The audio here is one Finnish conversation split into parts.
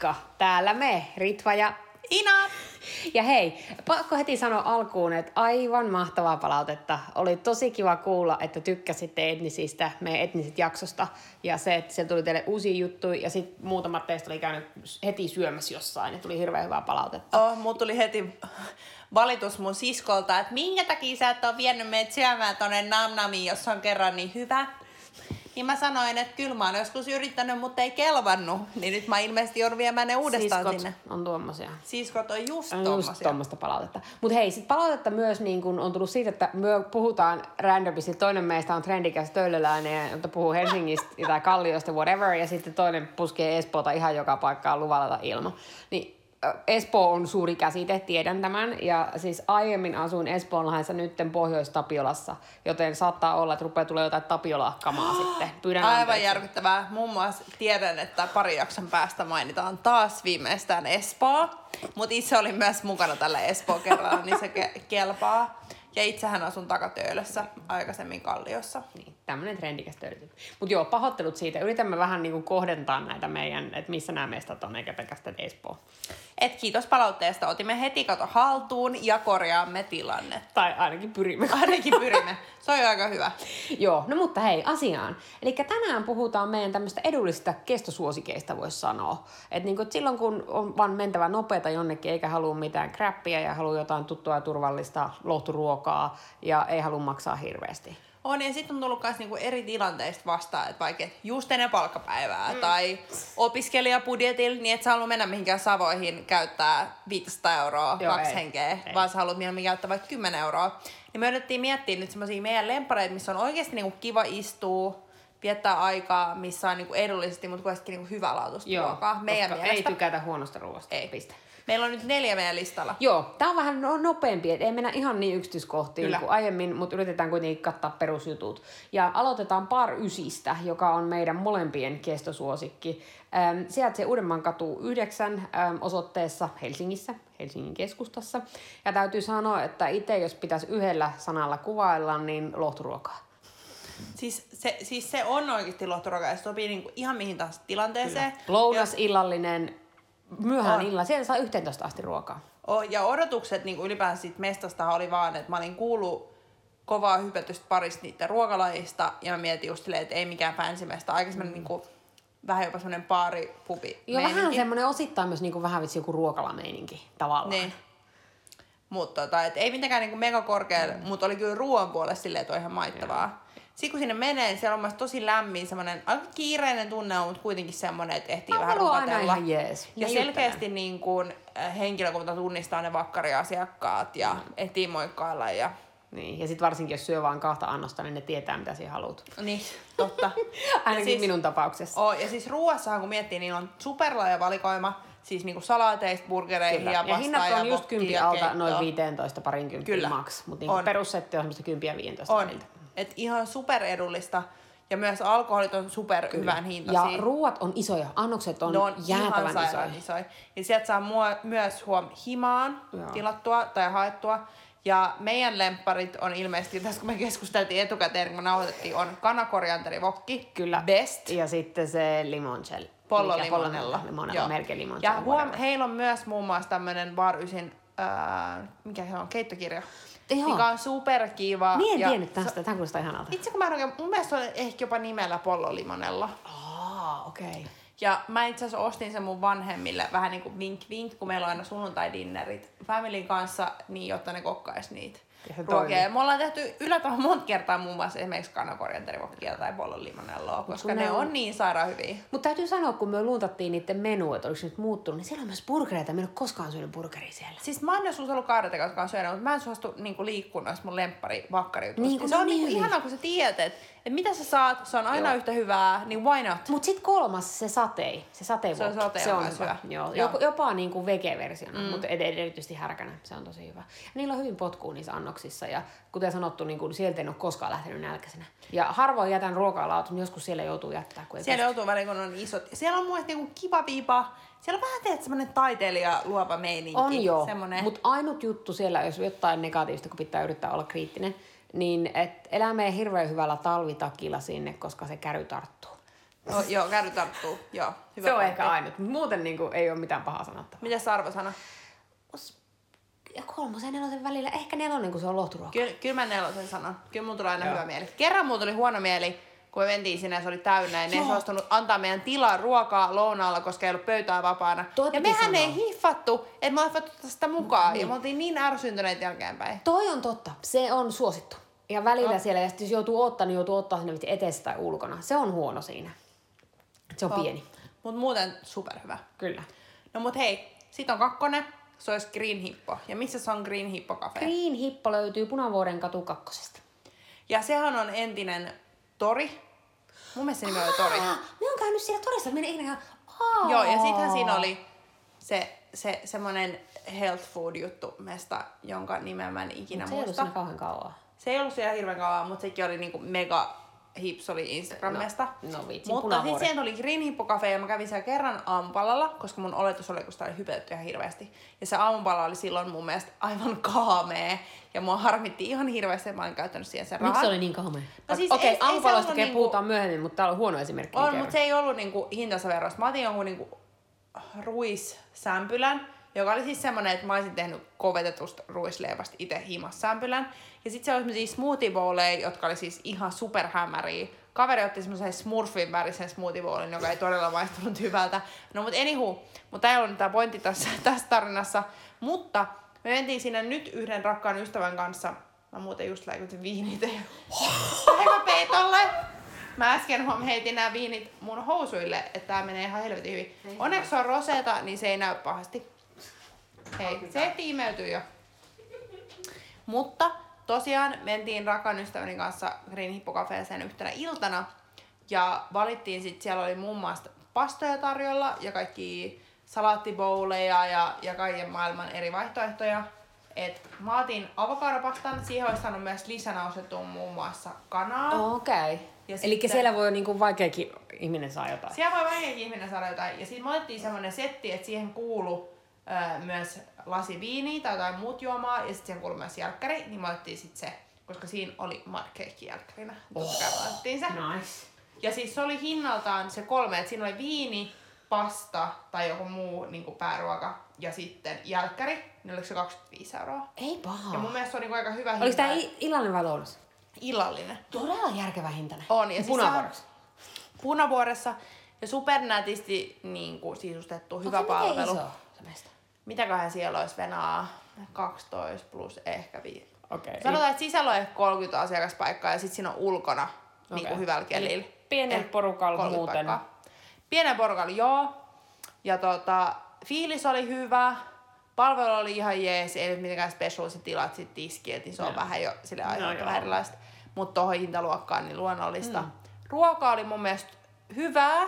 Moikka! Täällä me, Ritva ja Ina! Ja hei, pakko heti sanoa alkuun, että aivan mahtavaa palautetta. Oli tosi kiva kuulla, että tykkäsitte etnisistä, meidän etnisit jaksosta. Ja se, että siellä tuli teille uusia juttuja ja sitten muutamat teistä oli käynyt heti syömässä jossain ja tuli hirveän hyvää palautetta. Mulla tuli heti valitus mun siskolta, että minkä takia sä et ole vienyt meidät syömään tonne Namnamiin, jos on kerran niin hyvä. Niin mä sanoin, että kyllä mä oon joskus yrittänyt, mutta ei kelvannut. Niin nyt mä ilmeisesti joudun viemään ne uudestaan Siskot sinne. on tuommoisia. Siskot on just tuommoista palautetta. Mutta hei, sit palautetta myös niin kun on tullut siitä, että me puhutaan randomisti. Toinen meistä on trendikäs töölöläinen, jota puhuu Helsingistä tai Kalliosta, whatever. Ja sitten toinen puskee Espoota ihan joka paikkaan luvalla ilman. Niin Espoo on suuri käsite, tiedän tämän. Ja siis aiemmin asuin Espoonlahdessa nytten Pohjois-Tapiolassa, joten saattaa olla, että rupeaa tulee jotain Tapiola-kamaa sitten. Pyydän aivan anteeksi. järkyttävää. Muun muassa tiedän, että pari jakson päästä mainitaan taas viimeistään Espoo. Mutta itse olin myös mukana tällä Espoo-kerralla, niin se kelpaa. Ja itsehän asun Takatöölössä, aikaisemmin Kalliossa. Niin, tämmönen trendikäs töölötyyppi. Mutta joo, pahoittelut siitä. Yritämme vähän niinku kohdentaa näitä meidän, että missä nämä mestat on, eikä pelkästään Espoo. Kiitos palautteesta. Otimme heti haltuun ja korjaamme tilannetta. Tai ainakin pyrimme. Ainakin pyrimme. Se on jo aika hyvä. Joo, no mutta hei, asiaan. Eli tänään puhutaan meidän tämmöistä edullisista kestosuosikeista, voisi sanoa. Että niinku, silloin kun on vaan mentävä nopeata jonnekin, eikä halua mitään crappia ja halua jotain tuttua ja turvallista lohturuokaa ja ei halua maksaa hirveästi. On, ja sitten on tullut myös niinku eri tilanteista vastaan, että vaikka just ennen palkkapäivää tai opiskelijabudjetilla, niin et sä halua mennä mihinkään Savoihin käyttää 500 €, Joo, 2 ei. henkeä, vaan sä haluat mieluummin käyttää vaikka 10 €. Niin me yritettiin miettiä nyt semmosia meidän lempareita, missä on oikeasti niinku kiva istua, viettää aikaa, missä on niinku edullisesti, mutta kuitenkin niinku hyvälaatuista ruokaa. Meidän koska mielestä. ei tykätä huonosta ruoasta. Ei. Piste. Meillä on nyt 4 meidän listalla. Joo, tää on vähän nopeampi, et ei mennä ihan niin yksityiskohtiin Kyllä. kuin aiemmin, mutta yritetään kuitenkin kattaa perusjutut. Ja aloitetaan Bar Ysistä, joka on meidän molempien kestosuosikki. Sijaitsee Uudenmaan katu 9 osoitteessa Helsingissä, Helsingin keskustassa. Ja täytyy sanoa, että itse jos pitäisi yhdellä sanalla kuvailla, niin lohturuokaa. Siis se on oikeasti lohturuokaa ja se sopii niinku ihan mihin tahansa tilanteeseen. Lounas, illallinen, myöhään illalla. Siellä saa 11 asti ruokaa. Ja odotukset niin ylipäänsä siitä mestasta oli vaan, että mä olin kuullut kovaa hypetystä parista niiden ruokalajista ja mä mietin just silleen, että ei mikään fancy-mesta. Aikaisemmin niin vähän jopa semmoinen baari-pubi. Joo, vähän on semmoinen osittain myös niin vähän vitsi joku ruokalameininki tavallaan. Niin. Mutta ei mitenkään niin mega korkealla, mutta oli kyllä ruoan puolesta silleen, että on ihan maittavaa. Sitten kun sinne menee, niin siellä on myös tosi lämmin, semmoinen aika kiireinen tunne on, mutta kuitenkin semmoinen, että ehtii vähän rupatella. Ihan jees. Ja selkeästi niin kuin, henkilökunta tunnistaa ne vakkariasiakkaat ja ehtii moikkailla. Niin, ja sitten varsinkin jos syö vaan 2 annosta, niin ne tietää, mitä sinä haluat. Niin, totta. Ainakin siis, minun tapauksessa. Ja siis ruoassahan kun miettii, niin on superlaaja valikoima. Siis niinku salaateista, burgereihin Kyllä. ja pastaa hinnat on ja just 10 alta noin 15 parinkymppiä Kyllä. maks. Mutta niinku perussetti on semmoista 10 ja 15 on. väliltä. Et ihan superedullista. Ja myös alkoholit on super hyvän hintaisia. Ja ruuat on isoja. Annokset on jäätävän isoja. Ja sieltä saa myös himaan tilattua tai haettua. Ja meidän lempparit on ilmeisesti, tässä kun me keskusteltiin etukäteen, kun me nauhoitettiin, on kanakorianterivokki. Kyllä. Best. Ja sitten se limoncello. Pollo limonella. Melkein limoncello. Ja heillä on myös muun muassa tämmönen Bar Ysin, mikä se on, keittokirja. Joo. Mikä on superkiva. Niin en tiennyt tästä. Tämä kuulostaa ihanalta. Itse kun mä en oikein, mun mielestä se on ehkä jopa nimellä Pollo limonella. Okei. Okay. Ja mä itse asiassa ostin sen mun vanhemmille vähän niin kuin vink, kun meillä on aina sunnuntai-dinnerit familin kanssa, niin jotta ne kokkais niitä ruokia. Me ollaan tehty yllättävän monta kertaa muun muassa esimerkiksi kanakorianterivokkia tai pollon limonelloa, koska ne on niin sairaan hyviä. Mutta täytyy sanoa, kun me luuntattiin niiden menua, että oliko se nyt muuttunut, niin siellä on myös burgereita. Mä en ole koskaan syönyt burgeria siellä. Siis mä oon joskus ollut kahdeta, jotka on syönyt, mutta mä en suostu niinku liikkua noista mun lemppari-vakkariutuista. Niin, se on niin niinku ihanaa, kun sä tiedät, että mitä sä saat, se on aina yhtä hyvää, niin why not? Mut sit kolmas, se satei. Se satevokki. Se on hyvä. Joo. Jopa niinku vege-versiona, mutta erityisesti härkänä. Se on tosi hyvä. Ja niillä on hyvin potkuu niissä annoksissa. Ja kuten sanottu, niin sieltä en ole koskaan lähtenyt nälkäisenä. Ja harvoin jätän ruokalauta, niin joskus siellä joutuu jättää. Siellä joutuu väliin, kun on isot. Siellä on mun mielestä niinku kiva viipa. Siellä on vähän teet semmonen taiteilija luova meininki. On joo, semmonen... mutta ainut juttu siellä, jos jotain negatiivista, kun pitää yrittää olla kriittinen, niin et elää meidän hirveän hyvällä talvitakilla sinne, koska se käry tarttuu. Joo, kärry tarttuu. Joo, hyvä Se on pointti. ehkä ainut. Muuten niinku ei ole mitään pahaa sanottavaa. Mitäs arvosana? Ja 3 ja 4 välillä. Ehkä 4, kun se on lohturuoka. Kyllä mä 4 sanon. Kyllä mulla tulee aina hyvä mieli. Kerran mulla tuli huono mieli, kun me mentiin sinne ja se oli täynnä. Ja ne ei suostunut antaa meidän tilaa ruokaa lounaalla, koska ei ollut pöytää vapaana. Ja mehän ei hiffattu, että me ollaan tästä mukaan. Niin. Ja me oltiin niin ärsyntyneet jälkeenpäin. Toi on totta. Se on suosittu. Ja välillä siellä, ja jos joutuu ottaa, niin joutuu ottaa sinne eteessä tai ulkona. Se on huono siinä. Se on pieni. Mut muuten superhyvä. Kyllä. No mut hei, sit on 2. Se olisi Green Hippo. Ja missä se on Green Hippo Cafe? Green Hippo löytyy Punavuoren katu 2. Ja sehän on entinen tori. Mun mielestä se nimi oli tori. Me on käynyt siellä torissa, että me ei ikinä... Joo, ja sittenhän siinä oli se semmonen health food juttu mesta, jonka nimeä mä en ikinä muista. Se ei ollut siinä kauhean kauan. Se ei ollut siellä hirveän kauan, mutta sekin oli niinku mega hips oli Instagramista. No vitsi, mutta sitten siihen tuli Green Hippo Cafe ja mä kävin siellä kerran aamupalalla, koska mun oletus oli, kun sitä oli hypetetty ihan hirveästi. Ja se aamupala oli silloin mun mielestä aivan kaamea. Ja mua harmitti ihan hirveästi, että mä olin käyttänyt siihen sen rahan. Miksi se oli niin kaamea? No siis Okei, aamupaloista niinku... puhutaan myöhemmin, mutta tää on huono esimerkki. On, mutta se ei ollut niinku hintansa verosta. Mä otin jonkun niinku ruissämpylän, joka oli siis semmonen, että mä olisin tehnyt kovetetusta ruisleivästä itse himassämpylän. Ja sit se oli semmosia smoothie bowleja, jotka oli siis ihan superhämäriä. Kaveri otti semmoisen smurfin värisen smoothie bowlin, joka ei todella maistunut hyvältä. No mut anywho, mutta ei ollut tää pointti tässä tarinassa. Mutta me mentiin sinne nyt yhden rakkaan ystävän kanssa. Mä muuten just läikutin viinit. Aivan peetolle! Mä äsken heitin nämä viinit mun housuille, että tää menee ihan helvetin hyvin. Onneksi se on roseeta, niin se ei näy pahasti. Hei, se tiimeytyy jo. Mutta tosiaan mentiin rakkaan ystäväni kanssa Green Hippo Cafeeseen yhtenä iltana. Ja valittiin sit, siellä oli muun muassa pastoja tarjolla ja kaikki salaattibowleja ja kaiken maailman eri vaihtoehtoja. Et mä otin avokadopastan, siihen olisi saanut myös lisänä ostettua muun muassa kanaa. Okei. Eli siellä voi niinku vaikeakin ihminen saa jotain. Siellä voi vaikeakin ihminen saada jotain. Ja sitten me otettiin semmonen setti, että siihen kuului myös lasi viiniä tai jotain muut juomaa. Ja sitten siihen kuului myös jälkkäri, niin me otettiin sit se. Koska siinä oli mudcake jälkkärinä. Totta kai me otettiin se. Nice. Ja siis se oli hinnaltaan se 3, että siinä oli viini, pasta tai joku muu niin kuin pääruoka ja sitten jälkkäri, niin oliko se 25 €. Ei paha. Ja mun mielestä se on niin kuin aika hyvä hinta. Oliko tää illallinen vai lounas? Illallinen. Todella järkevä hintainen. On. Ja Punavuoressa. Punavuoressa ja supernätisti niin kuin sisustettu, hyvä palvelu. Iso se mesta? Mitäköhän siellä olisi venaa? 12 plus ehkä 5. Okei. Sanotaan, että sisällä on ehkä 30 asiakaspaikkaa ja sitten siinä on ulkona niin kuin hyvällä kelillä. Pienen porukalla muuten. Pienen porukalla, joo. Ja fiilis oli hyvä. Palvelu oli ihan jees. Ei nyt mitenkään specialiset tilat sit tiskiä, niin se on vähän jo sille aiheuttava erilaista. Mutta tohon hintaluokkaan niin luonnollista. Ruoka oli mun mielestä hyvää.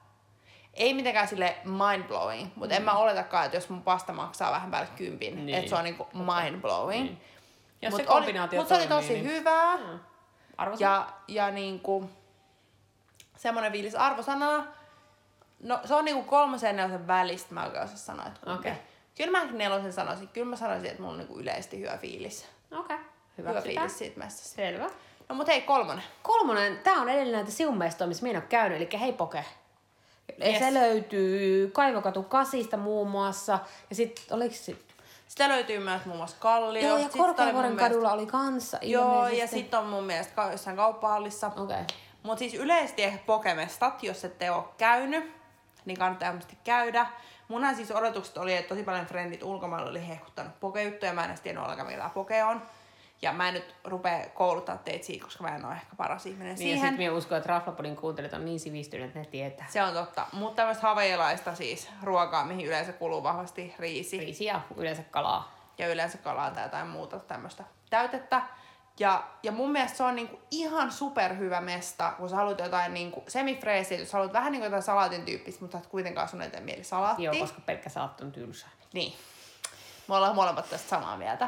Ei mitenkään sille mindblowing, mutta en mä oletakaan, että jos mun pasta maksaa vähän päälle 10, että se on niinku mindblowing. Niin. Jos se kombinaatio Mutta se oli tosi hyvää. Arvosana? Ja niinku semmonen fiilis arvosana. No se on niinku 3 ja 4 välistä, mä oikein osaa sanoa, että Okei. Kyllä mä 4 sanoisin. Kyllä mä sanoisin, että mulla on niinku yleisesti hyvä fiilis. Okei. Hyvä fiilis siitä messasta. Selvä. No mut hei, 3. 3. Tää on edelleen näitä siunmeistoja, missä mä en oo käynyt, eli Hei Poke. Yes. Se löytyy Kaivokatu 8 muun muassa. Ja sit oliks sit? Sitä löytyy myös muun muassa Kallio. Joo, ja Korkeavuoren kadulla oli kanssa ilmeisesti. Joo, ja sit on mun mielestä jossain kauppahallissa. Okei. Mut siis yleisesti ehkä Pokemestat, jos ette oo käynyt, niin kannattaa varmasti käydä. Munhan siis odotukset oli, että tosi paljon frendit ulkomailla oli hehkuttanut pokejuttuja. Mä en edes tiennyt ollenkaan, mitä poke on. Ja mä en nyt rupea kouluttaa teitä siitä, koska mä en ole ehkä paras ihminen siihen. Ja sit minä uskon, että Raflapodin kuuntelijat on niin sivistyneet, että ne tietää. Se on totta. Mutta tämmöistä havailaista siis ruokaa, mihin yleensä kuluu vahvasti riisi. Riisi ja yleensä kalaa. Ja yleensä kalaa tai jotain muuta tämmöistä täytettä. Ja mun mielestä se on niinku ihan superhyvä mesta, kun sä haluat jotain niinku semifreesiä, jos sä haluat vähän niinku jotain salaatin tyyppistä, mutta sä et kuitenkaan sun eteen mieli salaattia. Joo, koska pelkkä salaatti on tylsää. Niin. Me ollaan molemmat tästä samaa mieltä.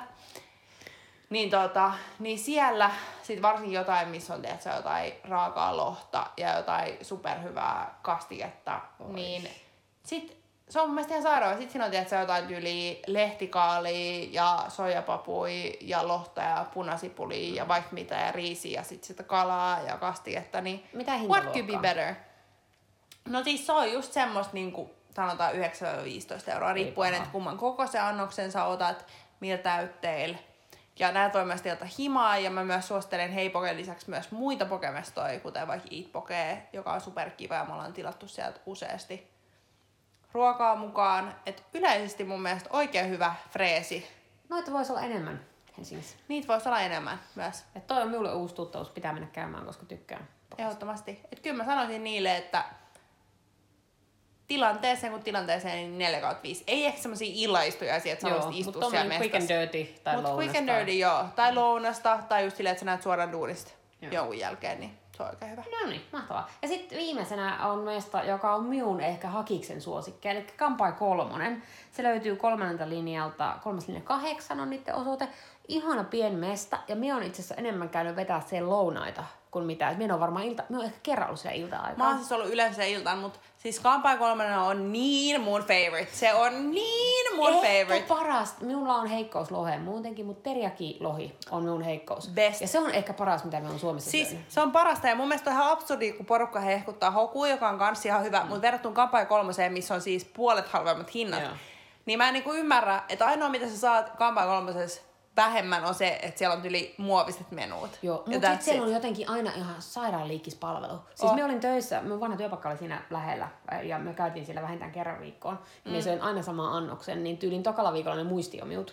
Niin siellä sit varsinkin jotain, missä on tiedätkö, jotain raakaa lohta ja jotain superhyvää kastiketta, niin sit se on mun mielestä ihan sairaan. Sit siinä on tiedätkö, jotain tyyliä lehtikaalia ja soijapapui ja lohta ja punasipulia ja vaikka mitä ja riisiä ja sit sitä kalaa ja kastiketta, niin mitä what could be better? No siis se on just semmoista niinku, sanotaan 9-15 €, riippuen, että kumman koko se annoksen sä otat, millä täytteillä. Ja nää toi myös teiltä himaa, ja mä myös suosittelen Heipoken lisäksi myös muita pokemestoja, kuten vaikka Eat Poke, joka on superkiva, ja me ollaan tilattu sieltä useasti ruokaa mukaan. Et yleisesti mun mielestä oikein hyvä freesi. Noita voisi olla enemmän Helsingissä. Niitä voisi olla enemmän myös. Et toi on minulle uusi tuttaus, pitää mennä käymään, koska tykkään. Ehdottomasti. Et kyllä mä sanoisin niille, että tilanteeseen kuin tilanteeseen niin 4/5. Ei ehkä semmosia illaistujaisia, että sä voisit istua siellä mestassa. Quick and dirty tai lounasta. Quick and dirty, joo. Tai lounasta, tai just silleen, että sä näet suoraan duunista jonkun jälkeen, niin se on oikein hyvä. No niin, mahtavaa. Ja sitten viimeisenä on mesta, joka on minun ehkä Hakiksen suosikki, eli Kampai 3. Se löytyy 3. linjalta, 3. linja 8 on niiden osoite. Ihana pieni mesta, ja minä on itse asiassa enemmän käynyt vetää siellä lounaita kuin mitään. Minä on varmaan minä on ehkä kerran ollut siellä ilta-aikaa. Mä oon siis ollut yleensä iltaan, mutta siis Kampai 3 on niin mun favorite. Se on niin mun favorite. Ehkä paras. Minulla on heikkous loheen muutenkin, mutta teriyaki-lohi on minun heikkous. Best. Ja se on ehkä paras, mitä me on Suomessa siis syönyt. Se on parasta, ja mun mielestä on ihan absurdi, kun porukka hehkuttaa hokuu, joka on kans ihan hyvä, mutta verrattuna Kampai 3, missä on siis puolet halvemmat hinnat, niin mä en niinku ymmärrä, että ainoa mitä sä saat Kampai 3 vähemmän on se, että siellä on yli muoviset menut. Joo, mutta sitten siellä on jotenkin aina ihan sairaan liikkispalvelu. Siis me olin töissä, mun vanha työpaikka oli siinä lähellä, ja me käytiin siellä vähintään kerran viikkoon. Ja me söin aina saman annoksen, niin tyylin tokalla viikolla ne muisti jo minut.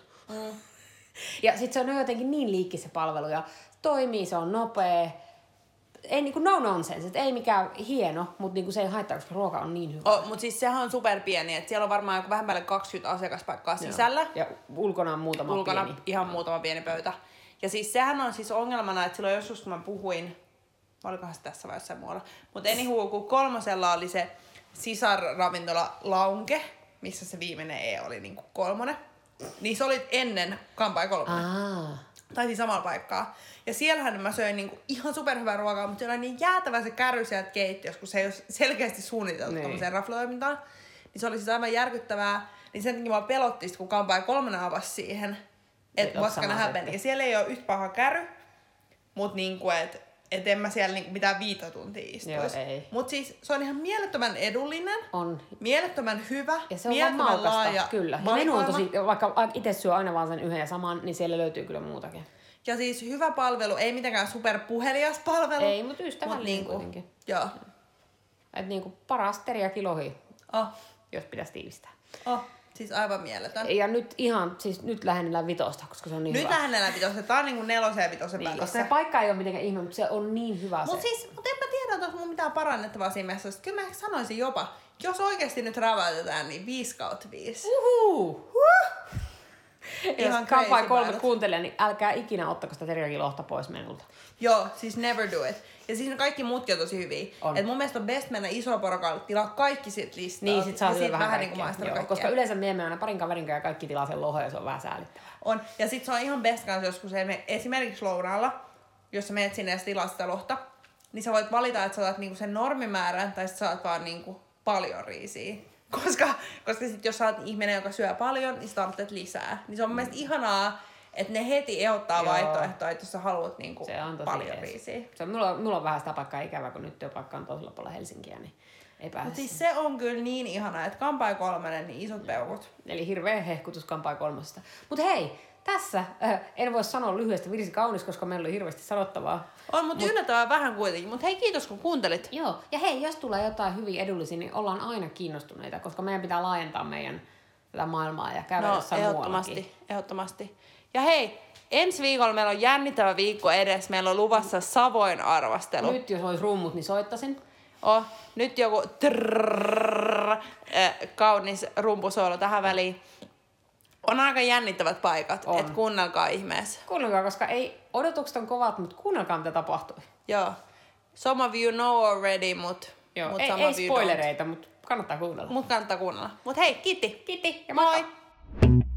Ja sit se on jotenkin niin liikki se palvelu, ja toimii, se on nopea. Ei niinku no nonsense, et ei mikään hieno, mutta niinku se ei haittaa, koska ruoka on niin hyvä. Mutta siis sehän on superpieni, että siellä on varmaan vähän päälle 20 asiakaspaikkaa sisällä. Ja ulkona on muutama pieni. Ihan muutama pieni pöytä. Ja siis sehän on siis ongelmana, että silloin joskus kun mä puhuin, olikohan se tässä vai jossain muualla, mutta anywho, kun 3. oli se sisarravintola Launke, missä se viimeinen E oli niinku 3, niin se oli ennen Kampai 3. Tai siis samalla paikkaa. Ja siellähän mä söin niinku ihan superhyvää ruokaa, mutta siellä on niin jäätävä se kärry sieltä keittiössä, kun se ei ole selkeästi suunniteltu tommoseen raflatoimintaan. Niin se oli siis aivan järkyttävää. Niin sen takia mä pelotti, kun Kampai 3 avasi siihen, että what's gonna happen. Ja siellä ei ole yhtä paha kärry, mutta niinku, et en mä siellä niinku mitään 5 tuntia istuisi. Mutta siis se on ihan mielettömän edullinen, mielettömän hyvä, ja se on mielettömän laaja. Kyllä. Ja menu on tosi, vaikka itse syö aina vaan sen yhden ja saman, niin siellä löytyy kyllä muutakin. Ja siis hyvä palvelu, ei mitenkään superpuhelias palvelu. Ei, mutta ystävällinen kuitenkin. Joo. Et niinku paras teriyaki-lohi, jos pitäisi tiivistää. Siis aivan mieletön. Ja nyt ihan, siis nyt lähennellään 5, koska se on niin hyvä. Nyt lähennellään 5, tää on niinku 4 ja 5 niin, välissä. koska se paikka ei ole mitenkään ihme, mutta se on niin hyvä Mut se. siis, en mä tiedä, että olisi mun mitään parannettavaa siinä messassa. Kyllä mä sanoisin jopa, jos oikeesti nyt räväytetään, niin 5/5. Jos Kampai 3 kuuntelee, niin älkää ikinä ottako sitä teriyaki-lohta pois menulta. Joo, siis never do it. Ja siis kaikki muutkin on tosi hyviä. Et mun mielestä on best mennä isolla porukalla, tilaa kaikki sit listaa. Niin, sit saa ja vähän niinku maistella kaikkea. Koska yleensä me aina parin kaverin ja kaikki tilaa sen lohen ja se on vähän säälittävää. On. Ja sit se on ihan best kanssa, joskus esimerkiksi lounaalla, jos sä menet sinne ja tilaa sitä lohta, niin sä voit valita, että sä otat niinku sen normimäärän tai sit sä otat vaan niinku paljon riisiä. Koska sit jos sä oot ihminen, joka syö paljon, niin sä tarvitset lisää. Niin se on mun mielestä ihanaa, että ne heti ehdottaa vaihtoehtoa, että jos sä haluat niinku paljon riisiä. Mulla on vähän sitä paikkaa ikävää, kun nyt työpaikka on toisella puolella Helsinkiä, niin ei pääse. Mutta siis se on kyllä niin ihanaa, että Kampai 3, niin isot peukut. Eli hirveä hehkutus Kampai 3. Mutta hei, tässä en voi sanoa lyhyesti virsi kaunis, koska meillä oli hirveästi sanottavaa. On, mutta yllättävän vähän kuitenkin. Mutta hei, kiitos kun kuuntelit. Joo, ja hei, jos tulee jotain hyvin edullisia, niin ollaan aina kiinnostuneita, koska meidän pitää laajentaa meidän tätä maailmaa ja käydä jossain muuallakin. Ehdottomasti. Ja hei, ensi viikolla meillä on jännittävä viikko edes. Meillä on luvassa Savoin arvostelu. Nyt jos olisi rummut, niin soittasin. Nyt joku kaunis rumpusoolo tähän väliin. On aika jännittävät paikat, että kuunnelkaa ihmeessä. Kuunnelkaa, koska odotukset on kovat, mutta kuunnelkaa mitä tapahtui. Joo. Some of you know already, mutta ei spoilereita, mutta kannattaa kuunnella. Mutta hei, kiitti. Kiitti ja moi.